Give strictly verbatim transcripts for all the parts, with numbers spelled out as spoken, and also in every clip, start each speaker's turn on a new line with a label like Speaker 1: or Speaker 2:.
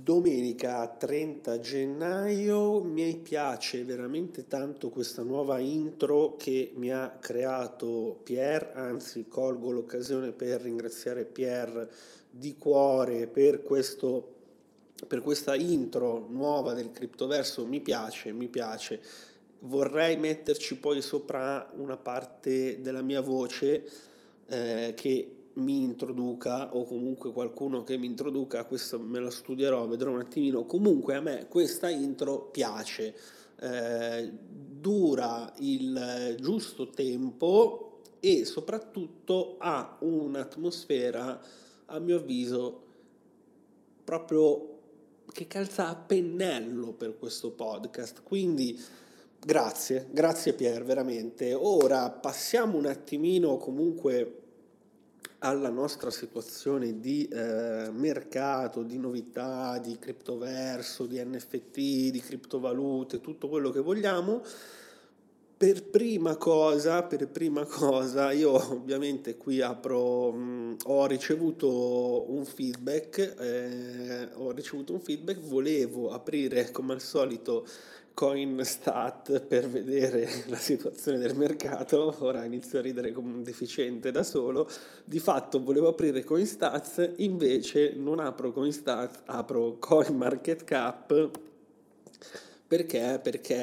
Speaker 1: Domenica trenta gennaio, mi piace veramente tanto questa nuova intro che mi ha creato Pier, anzi colgo l'occasione per ringraziare Pier di cuore per questo, per questa intro nuova del criptoverso, mi piace, mi piace. Vorrei metterci poi sopra una parte della mia voce eh, che mi introduca o comunque qualcuno che mi introduca, questo me lo studierò, vedrò un attimino. Comunque a me questa intro piace, eh, dura il giusto tempo e soprattutto ha un'atmosfera, a mio avviso, proprio che calza a pennello per questo podcast. Quindi grazie, grazie Pier, veramente. Ora passiamo un attimino comunque alla nostra situazione di eh, mercato, di novità, di criptoverso, di N F T, di criptovalute, tutto quello che vogliamo. Per prima cosa, per prima cosa, io ovviamente qui apro, mh, ho ricevuto un feedback, eh, ho ricevuto un feedback, volevo aprire come al solito CoinStat per vedere la situazione del mercato, ora inizio a ridere come un deficiente da solo, di fatto volevo aprire CoinStats, invece non apro CoinStats, apro CoinMarketCap. Perché?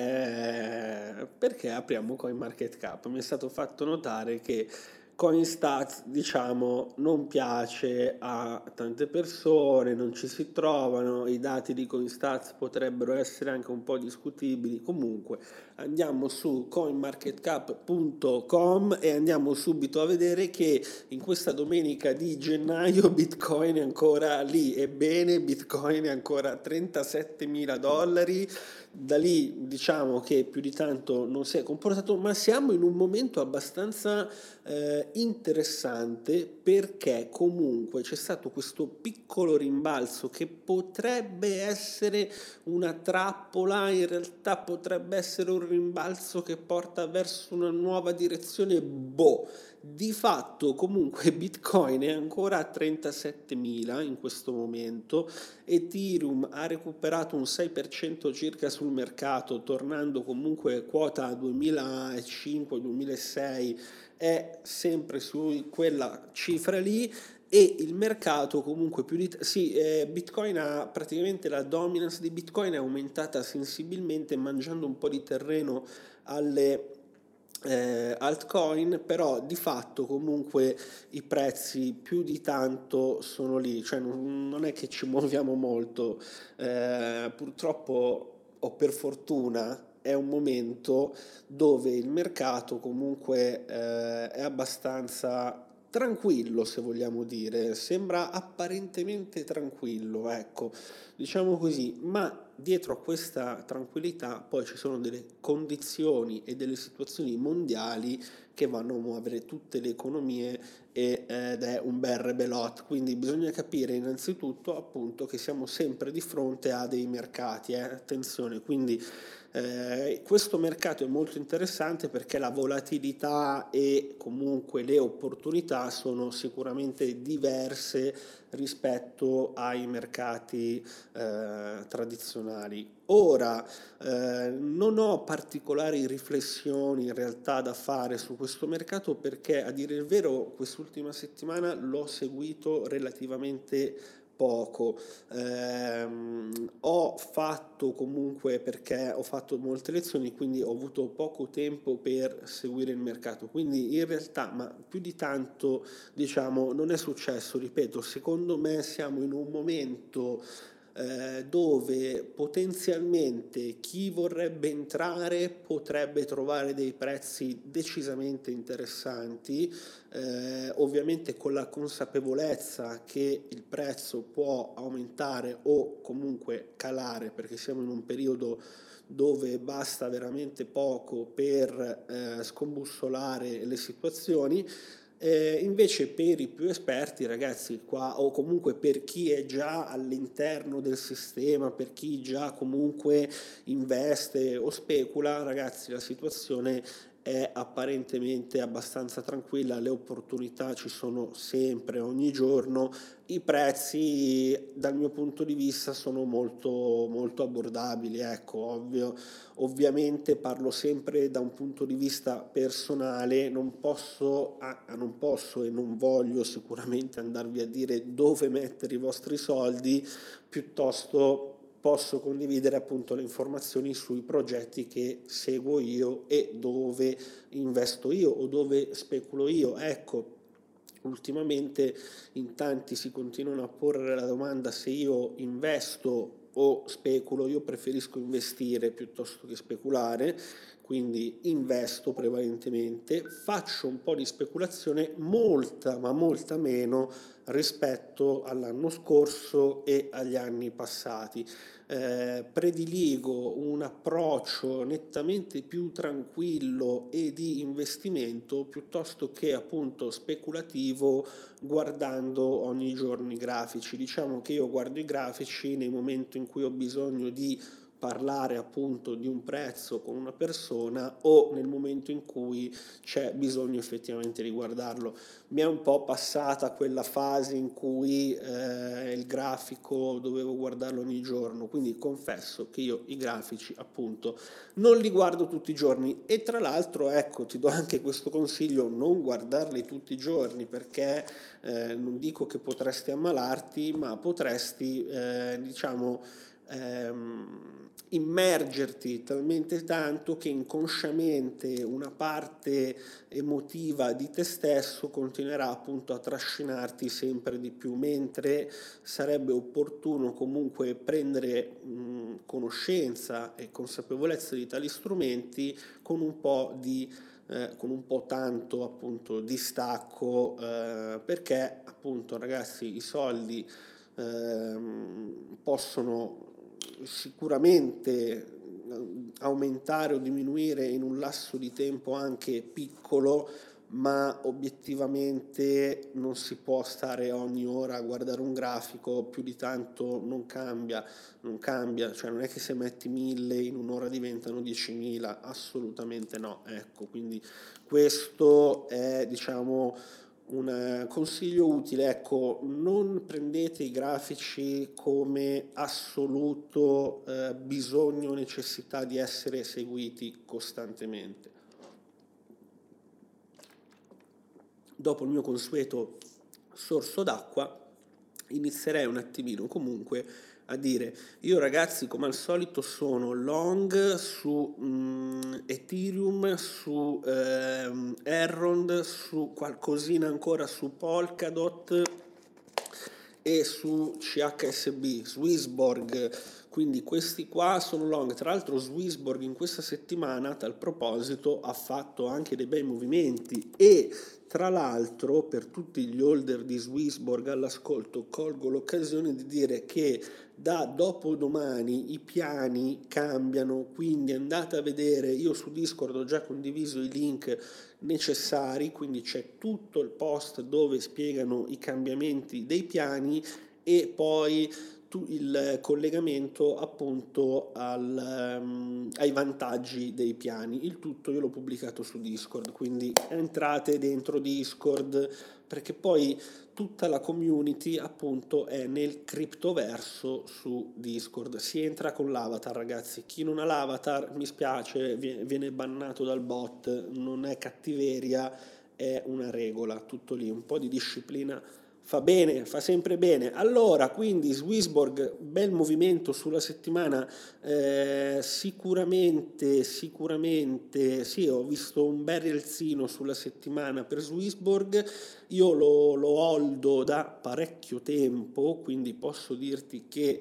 Speaker 1: Perché, perché apriamo CoinMarketCap. Mi è stato fatto notare che CoinStats, diciamo, non piace a tante persone, non ci si trovano, i dati di CoinStats potrebbero essere anche un po' discutibili. Comunque, andiamo su coinmarketcap punto com e andiamo subito a vedere che in questa domenica di gennaio Bitcoin è ancora lì, ebbene Bitcoin è ancora a trentasettemila dollari, da lì diciamo che più di tanto non si è comportato, ma siamo in un momento abbastanza eh, interessante perché comunque c'è stato questo piccolo rimbalzo che potrebbe essere una trappola, in realtà potrebbe essere un rimbalzo che porta verso una nuova direzione, boh. Di fatto comunque Bitcoin è ancora a trentasettemila in questo momento, Ethereum ha recuperato un sei per cento circa sul mercato, tornando comunque quota duemilacinque duemilasei, è sempre su quella cifra lì. E il mercato comunque più di sì, eh, Bitcoin ha praticamente la dominance di Bitcoin è aumentata sensibilmente mangiando un po' di terreno alle eh, altcoin, però di fatto comunque i prezzi più di tanto sono lì, cioè non, non è che ci muoviamo molto, eh, purtroppo o per fortuna è un momento dove il mercato comunque eh, è abbastanza tranquillo, se vogliamo dire, sembra apparentemente tranquillo, ecco, diciamo così, ma dietro a questa tranquillità poi ci sono delle condizioni e delle situazioni mondiali che vanno a muovere tutte le economie e, ed è un bel rebelot, quindi bisogna capire innanzitutto appunto che siamo sempre di fronte a dei mercati, eh? Attenzione, quindi eh, questo mercato è molto interessante perché la volatilità e comunque le opportunità sono sicuramente diverse rispetto ai mercati eh, tradizionali. Ora, eh, non ho particolari riflessioni in realtà da fare su questo mercato perché a dire il vero quest'ultima settimana l'ho seguito relativamente poco. Ehm, ho fatto comunque perché ho fatto molte lezioni, quindi ho avuto poco tempo per seguire il mercato. Quindi in realtà, ma più di tanto, diciamo, non è successo, ripeto, secondo me siamo in un momento eh, dove potenzialmente chi vorrebbe entrare potrebbe trovare dei prezzi decisamente interessanti, eh, ovviamente con la consapevolezza che il prezzo può aumentare o comunque calare perché siamo in un periodo dove basta veramente poco per eh, scombussolare le situazioni. Eh, invece per i più esperti, ragazzi, qua, o comunque per chi è già all'interno del sistema, per chi già comunque investe o specula, ragazzi, la situazione è apparentemente abbastanza tranquilla, le opportunità ci sono sempre, ogni giorno, i prezzi dal mio punto di vista sono molto, molto abbordabili, ecco, ovvio, ovviamente parlo sempre da un punto di vista personale, non posso, ah, non posso e non voglio sicuramente andarvi a dire dove mettere i vostri soldi, piuttosto posso condividere appunto le informazioni sui progetti che seguo io e dove investo io o dove speculo io. Ecco, ultimamente in tanti si continuano a porre la domanda se io investo o speculo. Io preferisco investire piuttosto che speculare, quindi investo prevalentemente, faccio un po' di speculazione, molta ma molta meno rispetto all'anno scorso e agli anni passati. Eh, prediligo un approccio nettamente più tranquillo e di investimento piuttosto che appunto speculativo guardando ogni giorno i grafici. Diciamo che io guardo i grafici nel momento in cui ho bisogno di parlare appunto di un prezzo con una persona o nel momento in cui c'è bisogno effettivamente di guardarlo. Mi è un po' passata quella fase in cui eh, il grafico dovevo guardarlo ogni giorno, quindi confesso che io i grafici appunto non li guardo tutti i giorni e tra l'altro ecco ti do anche questo consiglio, non guardarli tutti i giorni perché eh, non dico che potresti ammalarti, ma potresti eh, diciamo ehm, immergerti talmente tanto che inconsciamente una parte emotiva di te stesso continuerà appunto a trascinarti sempre di più, mentre sarebbe opportuno comunque prendere mh, conoscenza e consapevolezza di tali strumenti con un po' di eh, con un po' tanto appunto distacco eh, perché appunto ragazzi i soldi ehm, possono sicuramente aumentare o diminuire in un lasso di tempo anche piccolo, ma obiettivamente non si può stare ogni ora a guardare un grafico, più di tanto non cambia, non cambia, cioè non è che se metti mille in un'ora diventano diecimila, assolutamente no, ecco, quindi questo è diciamo un consiglio utile, ecco, non prendete i grafici come assoluto eh, bisogno o necessità di essere seguiti costantemente. Dopo il mio consueto sorso d'acqua, inizierei un attimino comunque a dire, io ragazzi come al solito sono long su mm, Ethereum, su ehm, Elrond, su qualcosina ancora su Polkadot e su C H S B, Swissborg, quindi questi qua sono long. Tra l'altro Swissborg in questa settimana, a tal proposito, ha fatto anche dei bei movimenti e tra l'altro per tutti gli holder di Swissborg all'ascolto colgo l'occasione di dire che da dopodomani i piani cambiano, quindi andate a vedere, io su Discord ho già condiviso i link necessari, quindi c'è tutto il post dove spiegano i cambiamenti dei piani e poi il collegamento appunto al, um, ai vantaggi dei piani. Il tutto io l'ho pubblicato su Discord, quindi entrate dentro Discord perché poi tutta la community appunto è nel criptoverso su Discord. Si entra con l'avatar, ragazzi. Chi non ha l'avatar, mi spiace, viene bannato dal bot, non è cattiveria, è una regola, tutto lì, un po' di disciplina fa bene, fa sempre bene. Allora, quindi Swissborg, bel movimento sulla settimana, eh, sicuramente, sicuramente, sì, ho visto un bel rialzino sulla settimana per Swissborg, io lo, lo holdo da parecchio tempo, quindi posso dirti che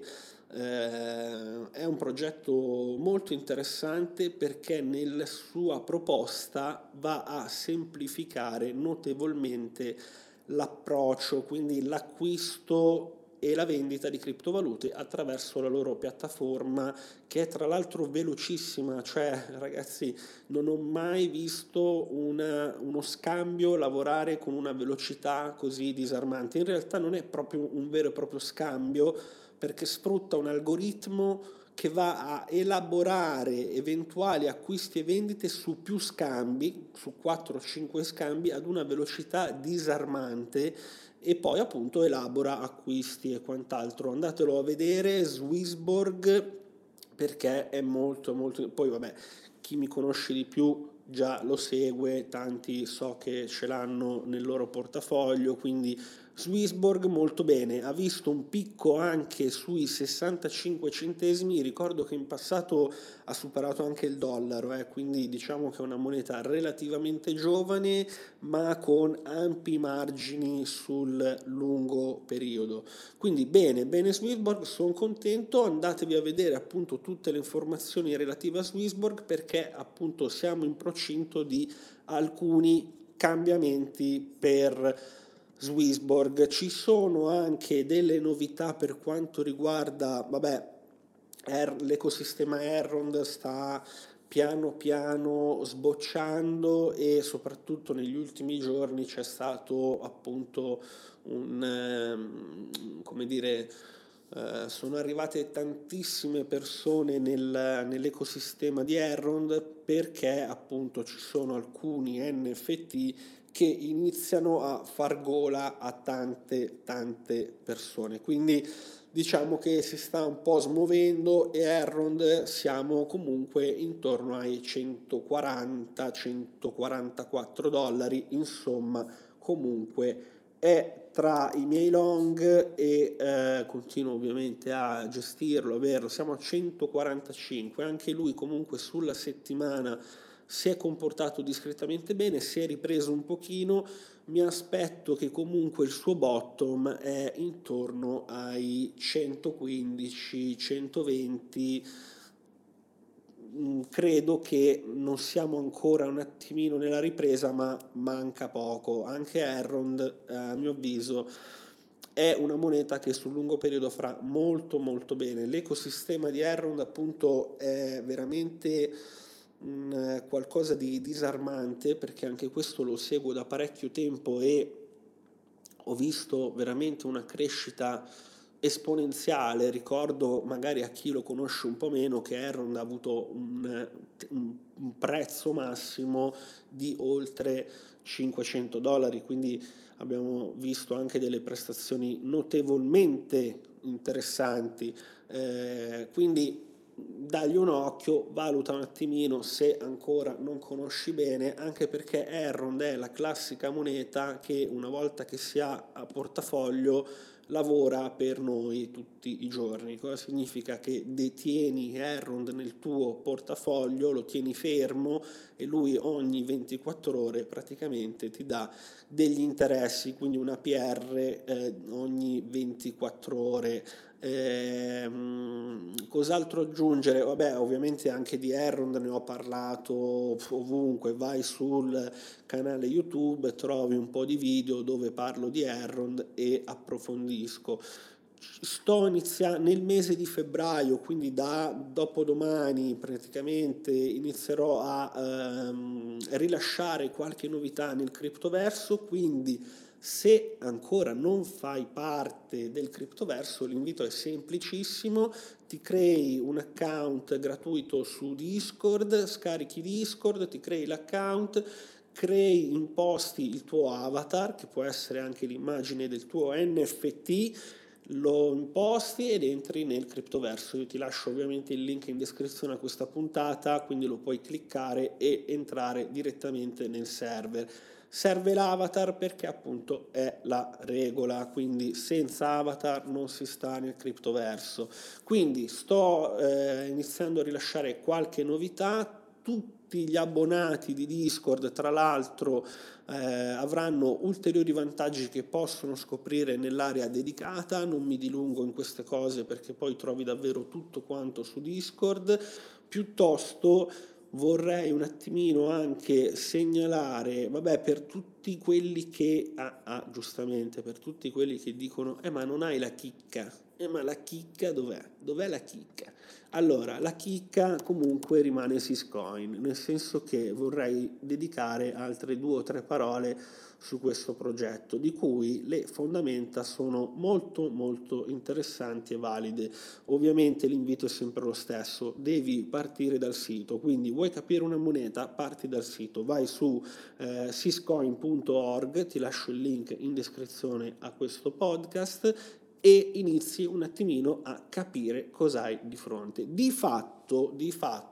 Speaker 1: eh, è un progetto molto interessante perché nella sua proposta va a semplificare notevolmente l'approccio, quindi l'acquisto e la vendita di criptovalute attraverso la loro piattaforma che è tra l'altro velocissima, cioè ragazzi non ho mai visto una, uno scambio lavorare con una velocità così disarmante, in realtà non è proprio un vero e proprio scambio perché sfrutta un algoritmo che va a elaborare eventuali acquisti e vendite su più scambi, su quattro o cinque scambi ad una velocità disarmante, e poi appunto elabora acquisti e quant'altro. Andatelo a vedere, Swissborg, perché è molto molto... Poi vabbè, chi mi conosce di più già lo segue, tanti so che ce l'hanno nel loro portafoglio, quindi Swissborg molto bene, ha visto un picco anche sui sessantacinque centesimi, ricordo che in passato ha superato anche il dollaro, eh, quindi diciamo che è una moneta relativamente giovane ma con ampi margini sul lungo periodo. Quindi bene, bene Swissborg, sono contento, andatevi a vedere appunto tutte le informazioni relative a Swissborg, perché appunto siamo in procinto di alcuni cambiamenti per Swissborg. Ci sono anche delle novità per quanto riguarda, vabbè, er- l'ecosistema Errond sta piano piano sbocciando, e soprattutto negli ultimi giorni c'è stato appunto un, ehm, come dire, eh, sono arrivate tantissime persone nel- nell'ecosistema di Errond, perché appunto ci sono alcuni N F T che iniziano a far gola a tante tante persone, quindi diciamo che si sta un po' smuovendo, e Errond siamo comunque intorno ai centoquaranta centoquarantaquattro dollari, insomma comunque è tra i miei long, e eh, continuo ovviamente a gestirlo, averlo, siamo a centoquarantacinque, anche lui comunque sulla settimana si è comportato discretamente bene, si è ripreso un pochino, mi aspetto che comunque il suo bottom è intorno ai centoquindici centoventi. Credo che non siamo ancora un attimino nella ripresa, ma manca poco. Anche Errond, eh, a mio avviso, è una moneta che sul lungo periodo farà molto molto bene. L'ecosistema di Errond appunto è veramente un, eh, qualcosa di disarmante, perché anche questo lo seguo da parecchio tempo e ho visto veramente una crescita esponenziale. Ricordo magari a chi lo conosce un po' meno che Errond ha avuto un, un- un prezzo massimo di oltre cinquecento dollari, quindi abbiamo visto anche delle prestazioni notevolmente interessanti. Eh, quindi dagli un occhio, valuta un attimino se ancora non conosci bene, anche perché Errond è la classica moneta che una volta che si ha a portafoglio lavora per noi tutti i giorni. Cosa significa? Che detieni Errond nel tuo portafoglio, lo tieni fermo, e lui ogni ventiquattro ore praticamente ti dà degli interessi, quindi una P R eh, ogni ventiquattro ore. Ehm, cos'altro aggiungere? Vabbè, ovviamente anche di Errond ne ho parlato ovunque, vai sul canale YouTube, trovi un po' di video dove parlo di Errond e approfondisco. Sto iniziando nel mese di febbraio, quindi da dopodomani praticamente inizierò a ehm, rilasciare qualche novità nel criptoverso, quindi se ancora non fai parte del criptoverso, l'invito è semplicissimo: ti crei un account gratuito su Discord, scarichi Discord, ti crei l'account, crei, imposti il tuo avatar, che può essere anche l'immagine del tuo N F T, lo imposti ed entri nel criptoverso. Io ti lascio ovviamente il link in descrizione a questa puntata, quindi lo puoi cliccare e entrare direttamente nel server. Serve l'avatar perché appunto è la regola, quindi senza avatar non si sta nel criptoverso. Quindi sto eh, iniziando a rilasciare qualche novità. Tutti gli abbonati di Discord, tra l'altro, eh, avranno ulteriori vantaggi che possono scoprire nell'area dedicata. Non mi dilungo in queste cose perché poi trovi davvero tutto quanto su Discord. Piuttosto vorrei un attimino anche segnalare, vabbè, per tutti tutti quelli che, ah, ah, giustamente, per tutti quelli che dicono, eh ma non hai la chicca, eh ma la chicca dov'è? Dov'è la chicca? Allora, la chicca comunque rimane Syscoin, nel senso che vorrei dedicare altre due o tre parole su questo progetto, di cui le fondamenta sono molto molto interessanti e valide. Ovviamente l'invito è sempre lo stesso, devi partire dal sito, quindi vuoi capire una moneta, parti dal sito, vai su eh, syscoin punto org, ti lascio il link in descrizione a questo podcast, e inizi un attimino a capire cosa hai di fronte. Di fatto, di fatto,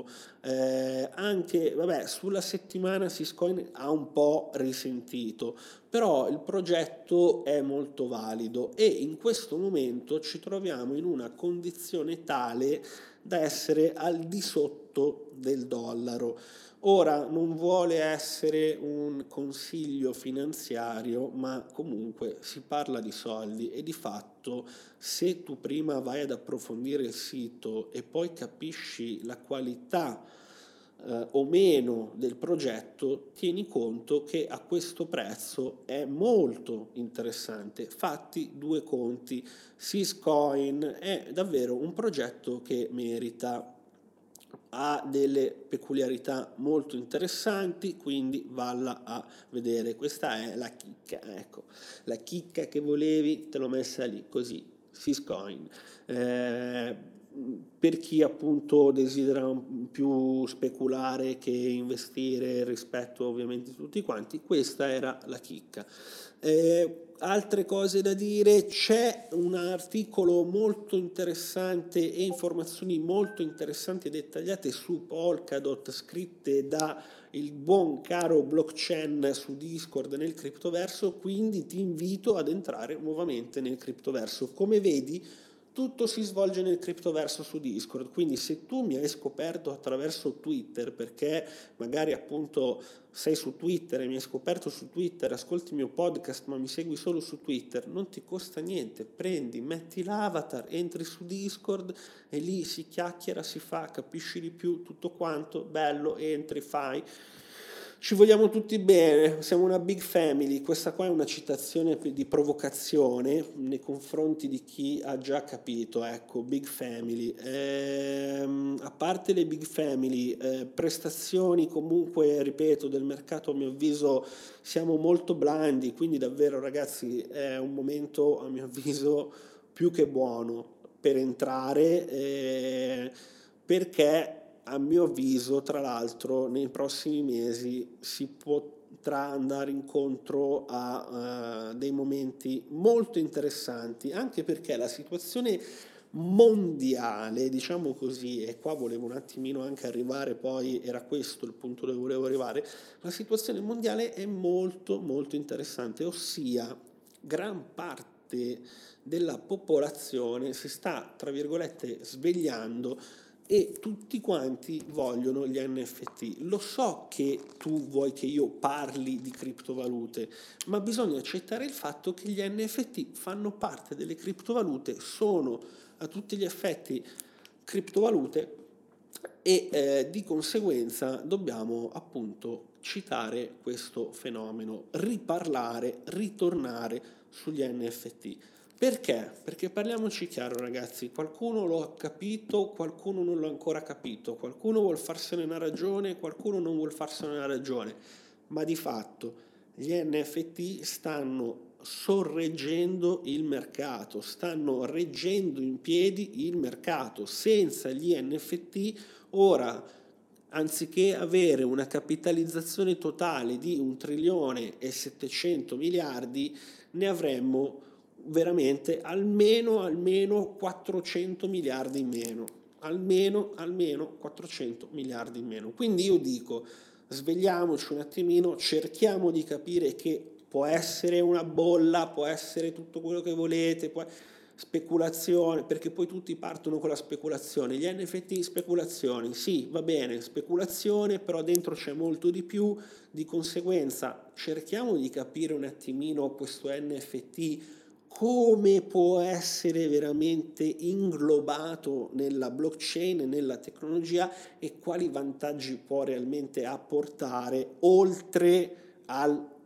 Speaker 1: eh, anche vabbè, sulla settimana Syscoin ha un po' risentito, però il progetto è molto valido e in questo momento ci troviamo in una condizione tale da essere al di sotto del dollaro. Ora non vuole essere un consiglio finanziario, ma comunque si parla di soldi e di fatto se tu prima vai ad approfondire il sito e poi capisci la qualità eh, o meno del progetto, tieni conto che a questo prezzo è molto interessante. Fatti due conti, Syscoin è davvero un progetto che merita, ha delle peculiarità molto interessanti, quindi valla a vedere. Questa è la chicca, ecco, la chicca che volevi te l'ho messa lì, così, Syscoin. Eh, per chi appunto desidera più speculare che investire rispetto ovviamente a tutti quanti, questa era la chicca. Eh, altre cose da dire, c'è un articolo molto interessante e informazioni molto interessanti e dettagliate su Polkadot scritte da il buon caro Blockchain su Discord nel criptoverso, quindi ti invito ad entrare nuovamente nel criptoverso. Come vedi, tutto si svolge nel criptoverso su Discord, quindi se tu mi hai scoperto attraverso Twitter, perché magari appunto sei su Twitter e mi hai scoperto su Twitter, ascolti il mio podcast ma mi segui solo su Twitter, non ti costa niente, prendi, metti l'avatar, entri su Discord e lì si chiacchiera, si fa, capisci di più tutto quanto, bello, entri, fai. Ci vogliamo tutti bene, siamo una big family. Questa qua è una citazione di provocazione nei confronti di chi ha già capito, ecco, big family. Ehm, a parte le big family, eh, prestazioni comunque, ripeto, del mercato a mio avviso siamo molto blandi, quindi davvero ragazzi è un momento a mio avviso più che buono per entrare, eh, perché a mio avviso, tra l'altro, nei prossimi mesi si potrà andare incontro a uh, dei momenti molto interessanti, anche perché la situazione mondiale, diciamo così, e qua volevo un attimino anche arrivare, poi era questo il punto dove volevo arrivare, la situazione mondiale è molto molto interessante, ossia gran parte della popolazione si sta, tra virgolette, svegliando e tutti quanti vogliono gli N F T. Lo so che tu vuoi che io parli di criptovalute, ma bisogna accettare il fatto che gli N F T fanno parte delle criptovalute, sono a tutti gli effetti criptovalute e eh, di conseguenza dobbiamo appunto citare questo fenomeno, riparlare, ritornare sugli N F T. Perché? Perché parliamoci chiaro ragazzi, qualcuno lo ha capito, qualcuno non l'ha ancora capito, qualcuno vuol farsene una ragione, qualcuno non vuol farsene una ragione, ma di fatto gli N F T stanno sorreggendo il mercato, stanno reggendo in piedi il mercato. Senza gli N F T ora, anziché avere una capitalizzazione totale di un trilione e settecento miliardi, ne avremmo veramente almeno almeno quattrocento miliardi in meno, almeno almeno quattrocento miliardi in meno. Quindi io dico, svegliamoci un attimino, cerchiamo di capire che può essere una bolla, può essere tutto quello che volete, può... speculazione, perché poi tutti partono con la speculazione, gli N F T speculazioni, sì, va bene, speculazione, però dentro c'è molto di più, di conseguenza cerchiamo di capire un attimino questo N F T come può essere veramente inglobato nella blockchain, nella tecnologia e quali vantaggi può realmente apportare oltre al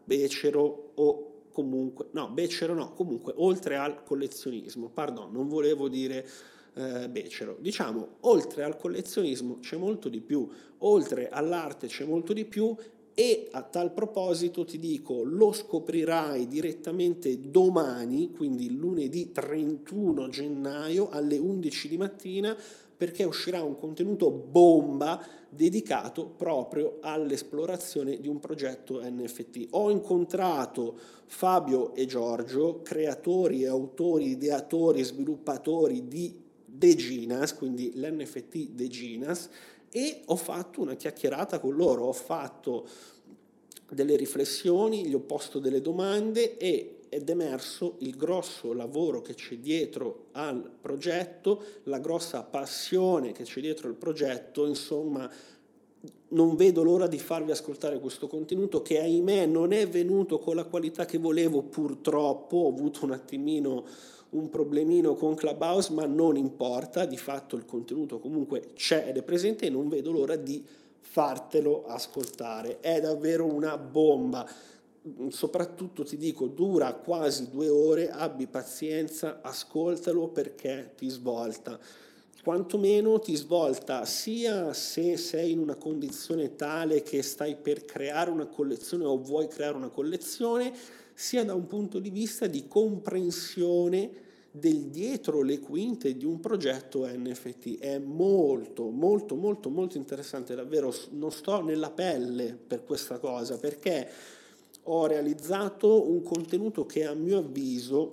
Speaker 1: becero o comunque, no, becero no, comunque oltre al collezionismo, pardon, non volevo dire eh, becero, diciamo oltre al collezionismo c'è molto di più, oltre all'arte c'è molto di più. E a tal proposito ti dico, lo scoprirai direttamente domani, quindi lunedì trentuno gennaio alle undici di mattina, perché uscirà un contenuto bomba dedicato proprio all'esplorazione di un progetto N F T. Ho incontrato Fabio e Giorgio, creatori, autori, ideatori, sviluppatori di Deginas, quindi l'N F T Deginas, e ho fatto una chiacchierata con loro, ho fatto delle riflessioni, gli ho posto delle domande e ed è emerso il grosso lavoro che c'è dietro al progetto, la grossa passione che c'è dietro al progetto, insomma non vedo l'ora di farvi ascoltare questo contenuto che ahimè non è venuto con la qualità che volevo, purtroppo ho avuto un attimino un problemino con Clubhouse, ma non importa, di fatto il contenuto comunque c'è ed è presente e non vedo l'ora di fartelo ascoltare, è davvero una bomba, soprattutto ti dico dura quasi due ore, abbi pazienza, ascoltalo perché ti svolta, quantomeno ti svolta sia se sei in una condizione tale che stai per creare una collezione o vuoi creare una collezione, sia da un punto di vista di comprensione del dietro le quinte di un progetto N F T. È molto, molto, molto, molto interessante, davvero non sto nella pelle per questa cosa, perché ho realizzato un contenuto che a mio avviso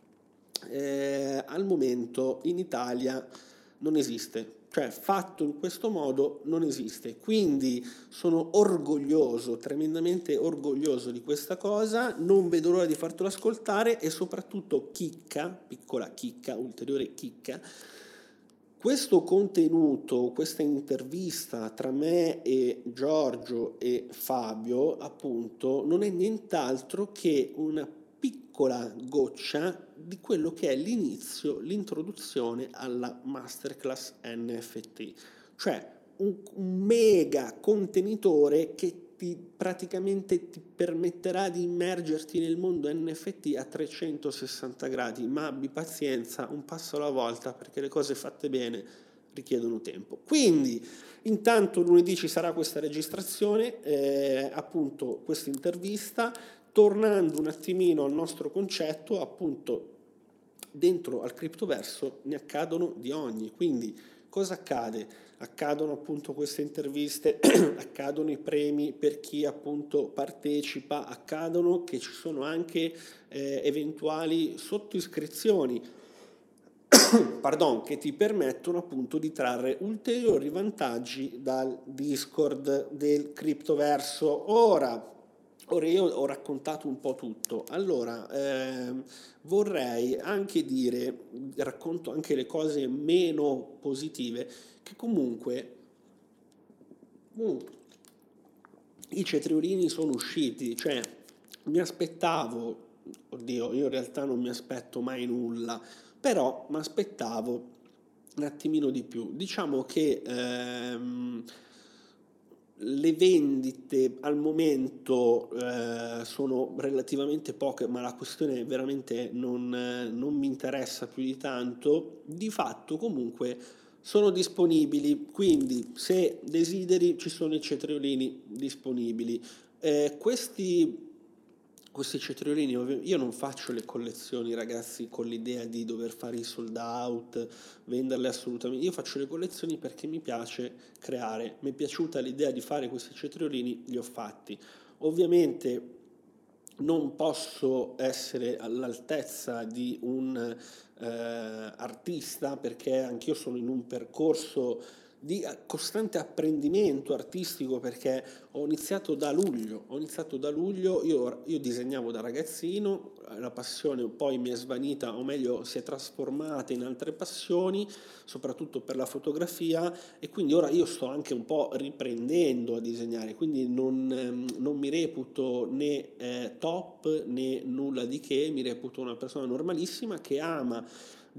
Speaker 1: eh, al momento in Italia non esiste, cioè fatto in questo modo non esiste, quindi sono orgoglioso, tremendamente orgoglioso di questa cosa, non vedo l'ora di fartelo ascoltare e soprattutto chicca, piccola chicca, ulteriore chicca, questo contenuto, questa intervista tra me e Giorgio e Fabio, appunto, non è nient'altro che una piccola goccia di quello che è l'inizio, l'introduzione alla masterclass N F T, cioè un, un mega contenitore che ti praticamente ti permetterà di immergerti nel mondo N F T a trecentosessanta gradi, ma abbi pazienza, un passo alla volta, perché le cose fatte bene richiedono tempo. Quindi, intanto lunedì ci sarà questa registrazione, eh, appunto questa intervista, tornando un attimino al nostro concetto, appunto dentro al criptoverso ne accadono di ogni, quindi cosa accade? Accadono appunto queste interviste, accadono i premi per chi appunto partecipa, accadono che ci sono anche eh, eventuali sottoiscrizioni, pardon, che ti permettono appunto di trarre ulteriori vantaggi dal Discord del criptoverso. Ora, ora io ho raccontato un po' tutto, allora ehm, vorrei anche dire, racconto anche le cose meno positive, che comunque mm, i cetriolini sono usciti, cioè mi aspettavo, oddio, io in realtà non mi aspetto mai nulla, però mi aspettavo un attimino di più. Diciamo che ehm, le vendite al momento eh, sono relativamente poche, ma la questione veramente non, eh, non mi interessa più di tanto. Di fatto comunque sono disponibili, quindi se desideri ci sono i cetriolini disponibili. Eh, questi, questi cetriolini, ovvi- io non faccio le collezioni, ragazzi, con l'idea di dover fare i sold out, venderle assolutamente. Io faccio le collezioni perché mi piace creare, mi è piaciuta l'idea di fare questi cetriolini, li ho fatti. Ovviamente non posso essere all'altezza di un eh, artista perché anch'io sono in un percorso di costante apprendimento artistico perché ho iniziato da luglio, ho iniziato da luglio, io, io disegnavo da ragazzino, la passione poi mi è svanita, o meglio si è trasformata in altre passioni, soprattutto per la fotografia e quindi ora io sto anche un po' riprendendo a disegnare, quindi non, ehm, non mi reputo né eh, top né nulla di che, mi reputo una persona normalissima che ama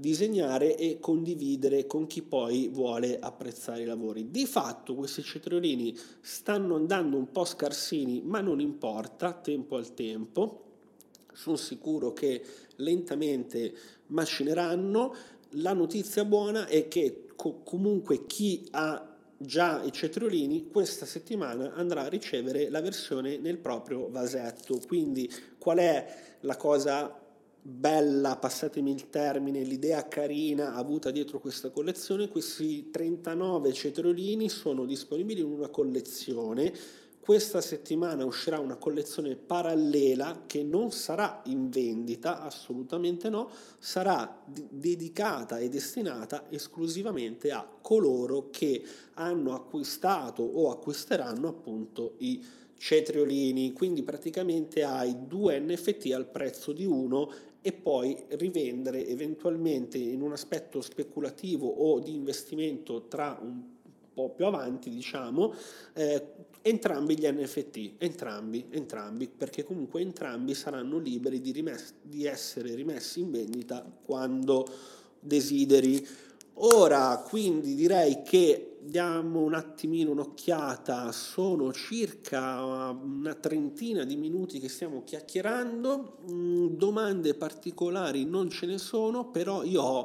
Speaker 1: disegnare e condividere con chi poi vuole apprezzare i lavori. Di fatto questi cetriolini stanno andando un po' scarsini, ma non importa, tempo al tempo. Sono sicuro che lentamente macineranno. La notizia buona è che co- comunque chi ha già i cetriolini questa settimana andrà a ricevere la versione nel proprio vasetto. Quindi qual è la cosa bella, passatemi il termine, l'idea carina avuta dietro questa collezione? Questi trentanove cetriolini sono disponibili in una collezione. Questa settimana uscirà una collezione parallela che non sarà in vendita, assolutamente no, sarà d- dedicata e destinata esclusivamente a coloro che hanno acquistato o acquisteranno appunto i cetriolini. Quindi praticamente hai due N F T al prezzo di uno e poi rivendere eventualmente in un aspetto speculativo o di investimento tra un po' più avanti, diciamo, eh, entrambi gli N F T, entrambi, entrambi, perché comunque entrambi saranno liberi di, rimess- di essere rimessi in vendita quando desideri. Ora, quindi direi che diamo un attimino un'occhiata, sono circa una trentina di minuti che stiamo chiacchierando, mm, domande particolari non ce ne sono, però io ho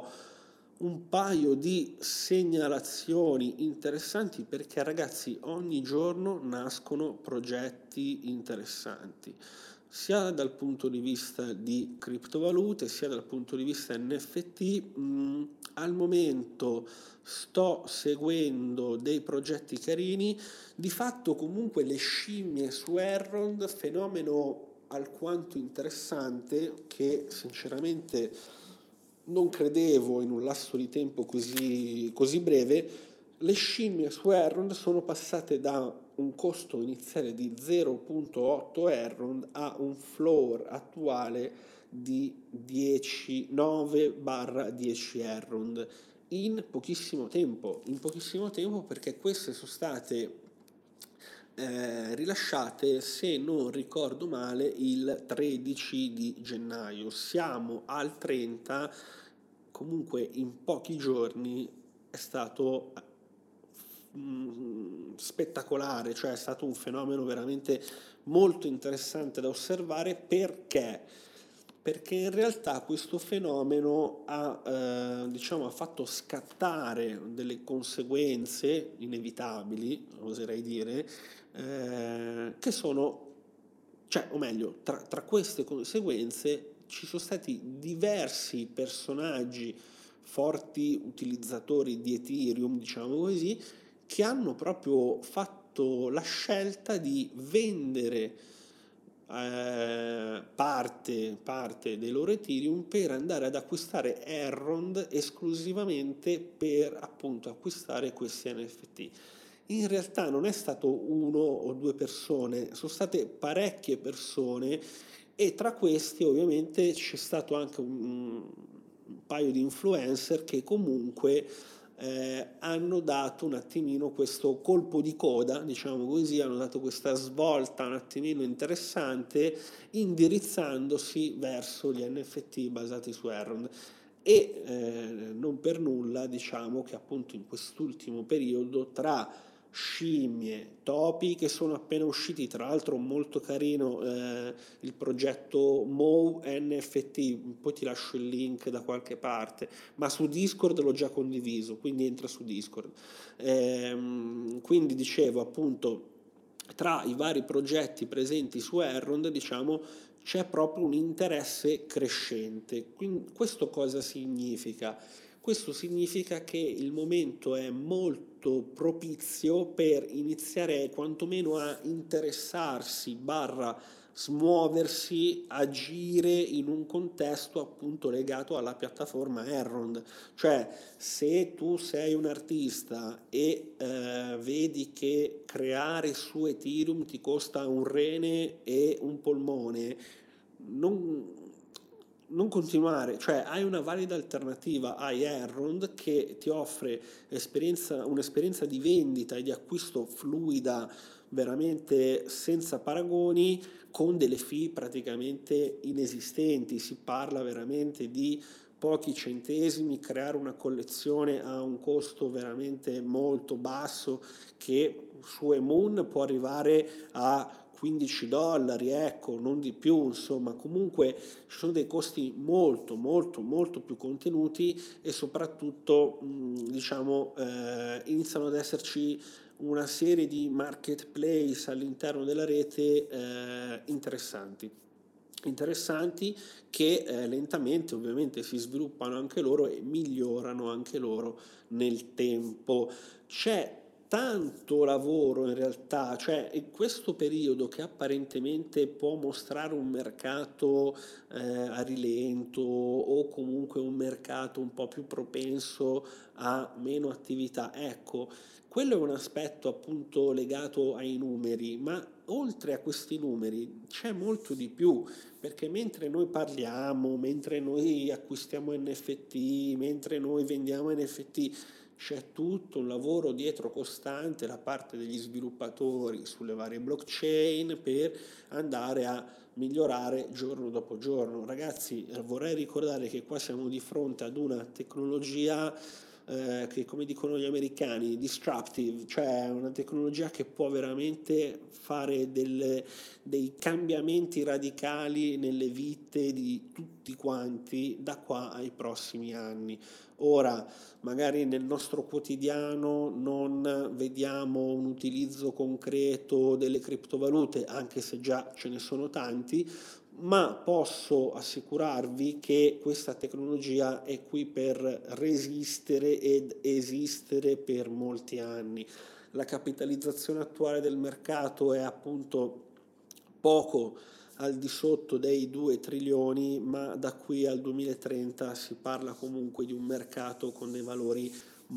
Speaker 1: un paio di segnalazioni interessanti perché ragazzi ogni giorno nascono progetti interessanti sia dal punto di vista di criptovalute sia dal punto di vista N F T. Mh, al momento sto seguendo dei progetti carini, di fatto comunque le scimmie su Elrond, fenomeno alquanto interessante che sinceramente non credevo in un lasso di tempo così, così breve. Le scimmie su Elrond sono passate da un costo iniziale di zero virgola otto Elrond a un floor attuale di dieci, nove dieci Elrond in pochissimo tempo, in pochissimo tempo perché queste sono state eh, rilasciate, se non ricordo male, il tredici di gennaio. Siamo al trenta, comunque in pochi giorni è stato mm, spettacolare, cioè è stato un fenomeno veramente molto interessante da osservare perché perché in realtà questo fenomeno ha, eh, diciamo, ha fatto scattare delle conseguenze inevitabili, oserei dire, eh, che sono, cioè, o meglio, tra, tra queste conseguenze ci sono stati diversi personaggi forti utilizzatori di Ethereum, diciamo così, che hanno proprio fatto la scelta di vendere eh, parte, parte dei loro Ethereum per andare ad acquistare Elrond esclusivamente per appunto acquistare questi N F T. In realtà non è stato uno o due persone, sono state parecchie persone e tra questi ovviamente c'è stato anche un, un paio di influencer che comunque eh, hanno dato un attimino questo colpo di coda, diciamo così, hanno dato questa svolta un attimino interessante indirizzandosi verso gli N F T basati su Elrond. E eh, non per nulla diciamo che appunto in quest'ultimo periodo tra scimmie, topi che sono appena usciti, tra l'altro molto carino eh, il progetto Mo N F T, poi ti lascio il link da qualche parte, ma su Discord l'ho già condiviso, quindi entra su Discord. Ehm, quindi dicevo appunto tra i vari progetti presenti su Elrond, diciamo, c'è proprio un interesse crescente. Quindi, questo cosa significa? Questo significa che il momento è molto propizio per iniziare quantomeno a interessarsi, barra smuoversi, agire in un contesto appunto legato alla piattaforma Elrond. Cioè, se tu sei un artista e eh, vedi che creare su Ethereum ti costa un rene e un polmone, non, non continuare, cioè hai una valida alternativa, hai Elrond che ti offre esperienza, un'esperienza di vendita e di acquisto fluida veramente senza paragoni, con delle fee praticamente inesistenti. Si parla veramente di pochi centesimi, creare una collezione a un costo veramente molto basso che su Emun può arrivare a quindici dollari, ecco, non di più, insomma, comunque ci sono dei costi molto, molto, molto più contenuti e soprattutto, mh, diciamo, eh, iniziano ad esserci una serie di marketplace all'interno della rete eh, interessanti interessanti che eh, lentamente ovviamente si sviluppano anche loro e migliorano anche loro nel tempo. C'è tanto lavoro in realtà, cioè in questo periodo che apparentemente può mostrare un mercato eh, a rilento o comunque un mercato un po' più propenso a meno attività, ecco, quello è un aspetto appunto legato ai numeri, ma oltre a questi numeri c'è molto di più, perché mentre noi parliamo, mentre noi acquistiamo N F T, mentre noi vendiamo N F T, c'è tutto un lavoro dietro costante da parte degli sviluppatori sulle varie blockchain per andare a migliorare giorno dopo giorno. Ragazzi, vorrei ricordare che qua siamo di fronte ad una tecnologia eh, che, come dicono gli americani, disruptive, cioè una tecnologia che può veramente fare delle, dei cambiamenti radicali nelle vite di tutti quanti da qua ai prossimi anni. Ora, magari nel nostro quotidiano non vediamo un utilizzo concreto delle criptovalute, anche se già ce ne sono tanti, ma posso assicurarvi che questa tecnologia è qui per resistere ed esistere per molti anni. La capitalizzazione attuale del mercato è appunto poco al di sotto dei due trilioni, ma da qui al duemilatrenta si parla comunque di un mercato con dei valori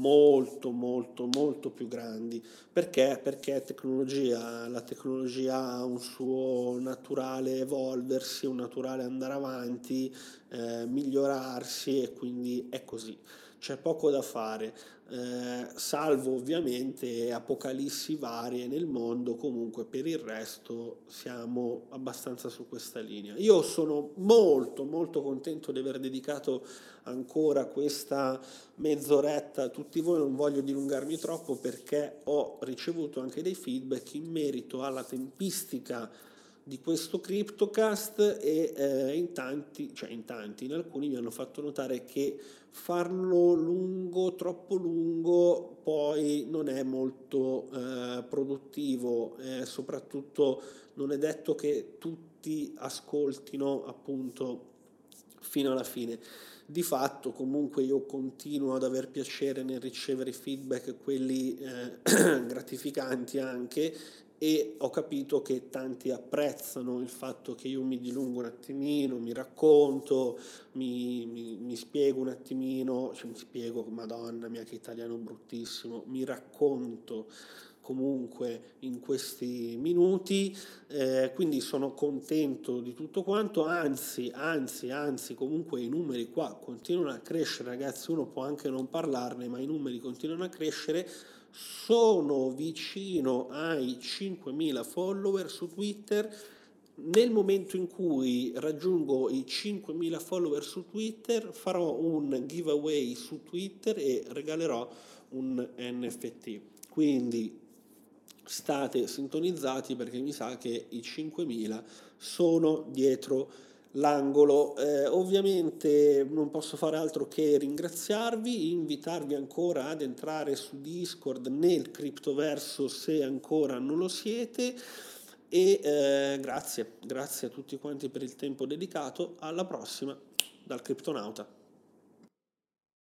Speaker 1: molto molto molto più grandi. Perché? Perché tecnologia, la tecnologia ha un suo naturale evolversi, un naturale andare avanti, eh, migliorarsi e quindi è così. C'è poco da fare, eh, salvo ovviamente apocalissi varie nel mondo, comunque per il resto siamo abbastanza su questa linea. Io sono molto molto contento di aver dedicato ancora questa mezz'oretta a tutti voi, non voglio dilungarmi troppo perché ho ricevuto anche dei feedback in merito alla tempistica di questo CryptoCast e eh, in tanti, cioè in tanti, in alcuni mi hanno fatto notare che farlo lungo, troppo lungo, poi non è molto eh, produttivo, eh, soprattutto non è detto che tutti ascoltino appunto fino alla fine. Di fatto comunque io continuo ad aver piacere nel ricevere feedback, quelli eh, gratificanti anche, e ho capito che tanti apprezzano il fatto che io mi dilungo un attimino, mi racconto, mi, mi, mi spiego un attimino, cioè mi spiego, madonna mia che italiano bruttissimo, mi racconto comunque in questi minuti, eh, quindi sono contento di tutto quanto, anzi, anzi, anzi, comunque i numeri qua continuano a crescere, ragazzi, uno può anche non parlarne, ma i numeri continuano a crescere. Sono vicino ai cinquemila follower su Twitter. Nel momento in cui raggiungo i cinquemila follower su Twitter farò un giveaway su Twitter e regalerò un N F T. Quindi state sintonizzati perché mi sa che i cinquemila sono dietro l'angolo. Eh, ovviamente non posso fare altro che ringraziarvi, invitarvi ancora ad entrare su Discord nel Criptoverso se ancora non lo siete e eh, grazie, grazie a tutti quanti per il tempo dedicato. Alla prossima dal Criptonauta.